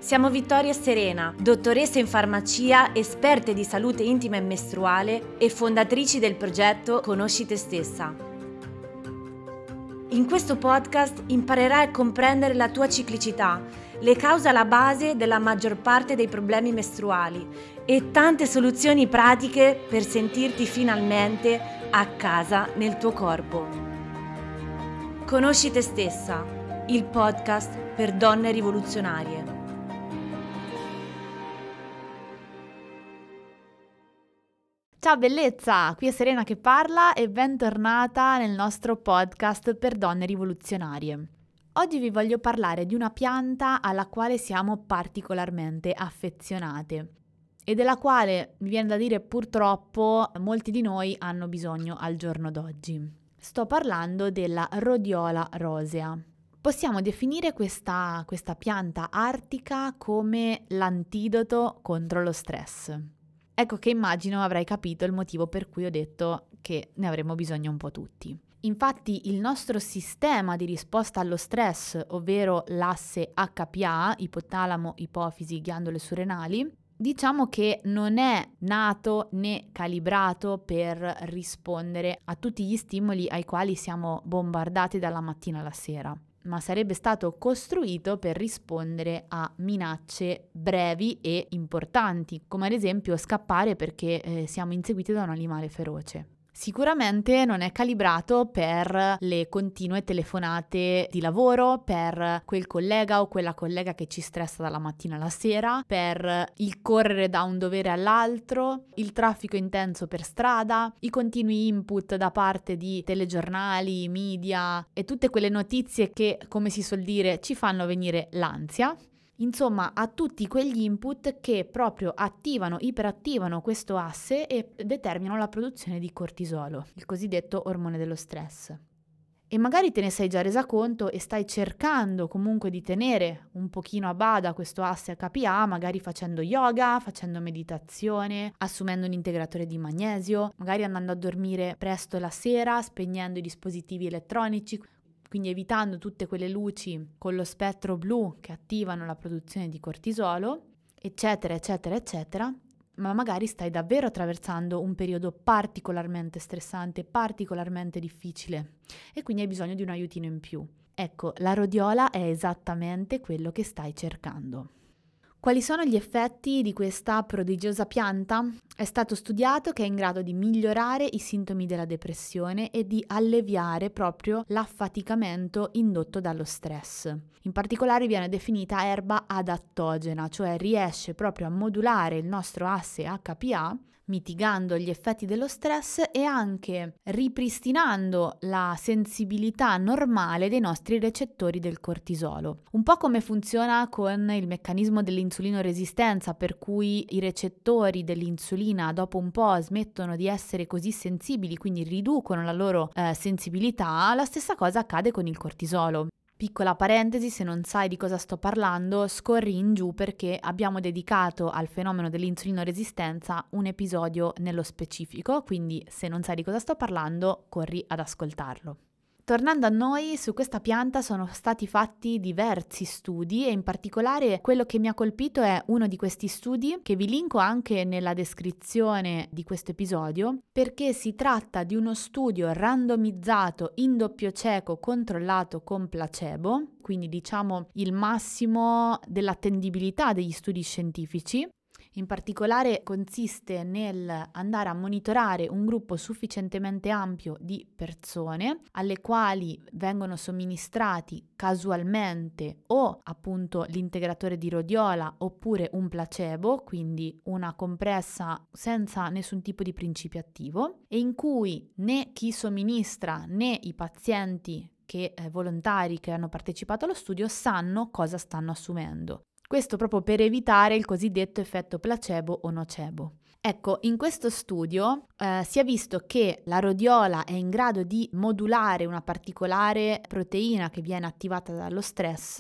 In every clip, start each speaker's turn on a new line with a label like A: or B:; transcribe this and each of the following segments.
A: Siamo Vittoria e Serena, dottoresse in farmacia, esperte di salute intima e mestruale e fondatrici del progetto Conosci te stessa. In questo podcast imparerai a comprendere la tua ciclicità, le cause alla base della maggior parte dei problemi mestruali e tante soluzioni pratiche per sentirti finalmente a casa nel tuo corpo. Conosci te stessa, il podcast per donne rivoluzionarie.
B: Ciao bellezza, qui è Serena che parla e bentornata nel nostro podcast per donne rivoluzionarie. Oggi vi voglio parlare di una pianta alla quale siamo particolarmente affezionate e della quale mi viene da dire purtroppo molti di noi hanno bisogno al giorno d'oggi. Sto parlando della Rhodiola rosea. Possiamo definire questa pianta artica come l'antidoto contro lo stress. Ecco che immagino avrai capito il motivo per cui ho detto che ne avremo bisogno un po' tutti. Infatti il nostro sistema di risposta allo stress, ovvero l'asse HPA, ipotalamo, ipofisi, ghiandole surrenali, diciamo che non è nato né calibrato per rispondere a tutti gli stimoli ai quali siamo bombardati dalla mattina alla sera, ma sarebbe stato costruito per rispondere a minacce brevi e importanti, come ad esempio scappare perché siamo inseguiti da un animale feroce. Sicuramente non è calibrato per le continue telefonate di lavoro, per quel collega o quella collega che ci stressa dalla mattina alla sera, per il correre da un dovere all'altro, il traffico intenso per strada, i continui input da parte di telegiornali, media e tutte quelle notizie che, come si suol dire, ci fanno venire l'ansia. Insomma, a tutti quegli input che proprio iperattivano questo asse e determinano la produzione di cortisolo, il cosiddetto ormone dello stress. E magari te ne sei già resa conto e stai cercando comunque di tenere un pochino a bada questo asse HPA, magari facendo yoga, facendo meditazione, assumendo un integratore di magnesio, magari andando a dormire presto la sera, spegnendo i dispositivi elettronici, quindi evitando tutte quelle luci con lo spettro blu che attivano la produzione di cortisolo, eccetera, eccetera, eccetera, ma magari stai davvero attraversando un periodo particolarmente stressante, particolarmente difficile e quindi hai bisogno di un aiutino in più. Ecco, la rhodiola è esattamente quello che stai cercando. Quali sono gli effetti di questa prodigiosa pianta? È stato studiato che è in grado di migliorare i sintomi della depressione e di alleviare proprio l'affaticamento indotto dallo stress. In particolare viene definita erba adattogena, cioè riesce proprio a modulare il nostro asse HPA, mitigando gli effetti dello stress e anche ripristinando la sensibilità normale dei nostri recettori del cortisolo. Un po' come funziona con il meccanismo dell'insulinoresistenza, per cui i recettori dell'insulina dopo un po' smettono di essere così sensibili, quindi riducono la loro sensibilità. La stessa cosa accade con il cortisolo. Piccola parentesi, se non sai di cosa sto parlando, scorri in giù perché abbiamo dedicato al fenomeno dell'insulinoresistenza un episodio nello specifico, quindi se non sai di cosa sto parlando, corri ad ascoltarlo. Tornando a noi, su questa pianta sono stati fatti diversi studi e in particolare quello che mi ha colpito è uno di questi studi che vi linko anche nella descrizione di questo episodio, perché si tratta di uno studio randomizzato in doppio cieco controllato con placebo, quindi diciamo il massimo dell'attendibilità degli studi scientifici. In particolare consiste nel andare a monitorare un gruppo sufficientemente ampio di persone alle quali vengono somministrati casualmente o appunto l'integratore di rhodiola oppure un placebo, quindi una compressa senza nessun tipo di principio attivo, e in cui né chi somministra né i pazienti volontari che hanno partecipato allo studio sanno cosa stanno assumendo. Questo proprio per evitare il cosiddetto effetto placebo o nocebo. Ecco, in questo studio si è visto che la rhodiola è in grado di modulare una particolare proteina che viene attivata dallo stress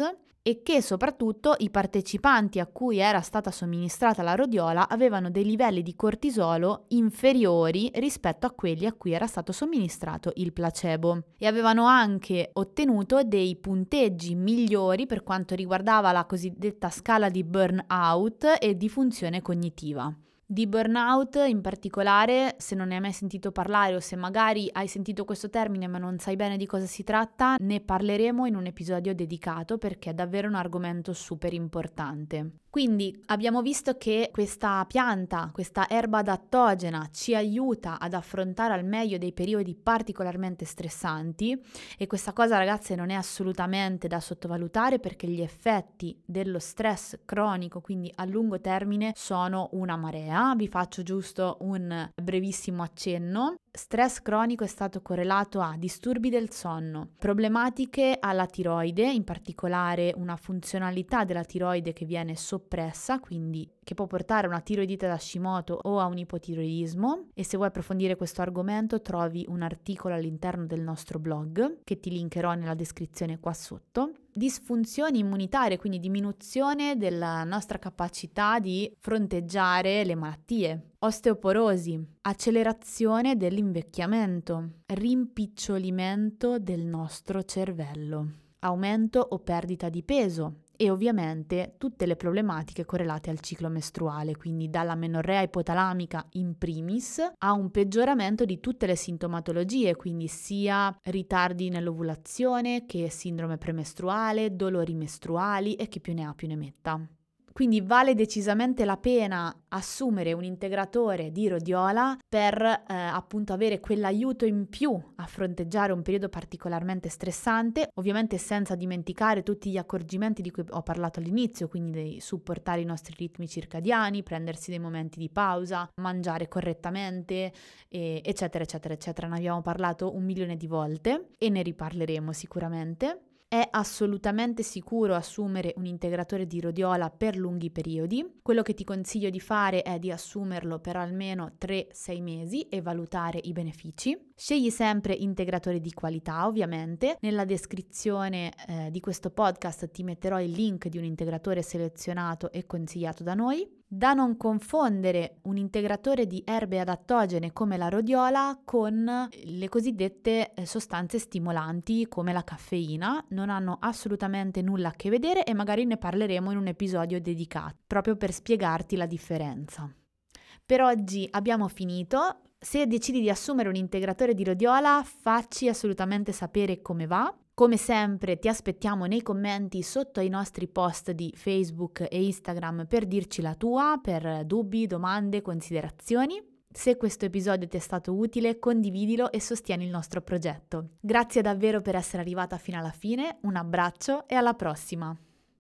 B: e che soprattutto i partecipanti a cui era stata somministrata la rhodiola avevano dei livelli di cortisolo inferiori rispetto a quelli a cui era stato somministrato il placebo e avevano anche ottenuto dei punteggi migliori per quanto riguardava la cosiddetta scala di burnout e di funzione cognitiva. Di burnout in particolare, se non ne hai mai sentito parlare o se magari hai sentito questo termine ma non sai bene di cosa si tratta, ne parleremo in un episodio dedicato perché è davvero un argomento super importante. Quindi abbiamo visto che questa pianta, questa erba adattogena ci aiuta ad affrontare al meglio dei periodi particolarmente stressanti e questa cosa, ragazze, non è assolutamente da sottovalutare perché gli effetti dello stress cronico, quindi a lungo termine, sono una marea. Vi faccio giusto un brevissimo accenno. Stress cronico è stato correlato a disturbi del sonno, problematiche alla tiroide, in particolare una funzionalità della tiroide che viene soppressa, quindi che può portare a una tiroidite da Hashimoto o a un ipotiroidismo. E se vuoi approfondire questo argomento trovi un articolo all'interno del nostro blog che ti linkerò nella descrizione qua sotto. Disfunzioni immunitarie, quindi diminuzione della nostra capacità di fronteggiare le malattie, osteoporosi, accelerazione dell'invecchiamento, rimpicciolimento del nostro cervello, aumento o perdita di peso e ovviamente tutte le problematiche correlate al ciclo mestruale, quindi dalla menorrea ipotalamica in primis a un peggioramento di tutte le sintomatologie, quindi sia ritardi nell'ovulazione che sindrome premestruale, dolori mestruali e chi più ne ha più ne metta. Quindi vale decisamente la pena assumere un integratore di rhodiola per appunto avere quell'aiuto in più a fronteggiare un periodo particolarmente stressante, ovviamente senza dimenticare tutti gli accorgimenti di cui ho parlato all'inizio, quindi di supportare i nostri ritmi circadiani, prendersi dei momenti di pausa, mangiare correttamente, eccetera, eccetera, eccetera. Ne abbiamo parlato 1.000.000 di volte e ne riparleremo sicuramente. È assolutamente sicuro assumere un integratore di rhodiola per lunghi periodi. Quello che ti consiglio di fare è di assumerlo per almeno 3-6 mesi e valutare i benefici. Scegli sempre integratori di qualità, ovviamente. Nella descrizione di questo podcast ti metterò il link di un integratore selezionato e consigliato da noi. Da non confondere un integratore di erbe adattogene come la rhodiola con le cosiddette sostanze stimolanti come la caffeina. Non hanno assolutamente nulla a che vedere e magari ne parleremo in un episodio dedicato, proprio per spiegarti la differenza. Per oggi abbiamo finito. Se decidi di assumere un integratore di rhodiola, facci assolutamente sapere come va. Come sempre ti aspettiamo nei commenti sotto ai nostri post di Facebook e Instagram per dirci la tua, per dubbi, domande, considerazioni. Se questo episodio ti è stato utile, condividilo e sostieni il nostro progetto. Grazie davvero per essere arrivata fino alla fine, un abbraccio e alla prossima!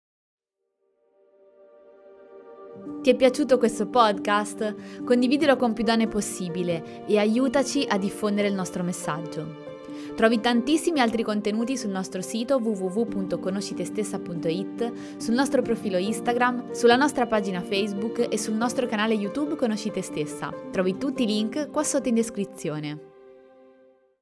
B: Ti è piaciuto questo podcast? Condividilo con più donne possibile e aiutaci a diffondere il nostro messaggio. Trovi tantissimi altri contenuti sul nostro sito www.conoscitestessa.it, sul nostro profilo Instagram, sulla nostra pagina Facebook e sul nostro canale YouTube Conosci Te Stessa. Trovi tutti i link qua sotto in descrizione.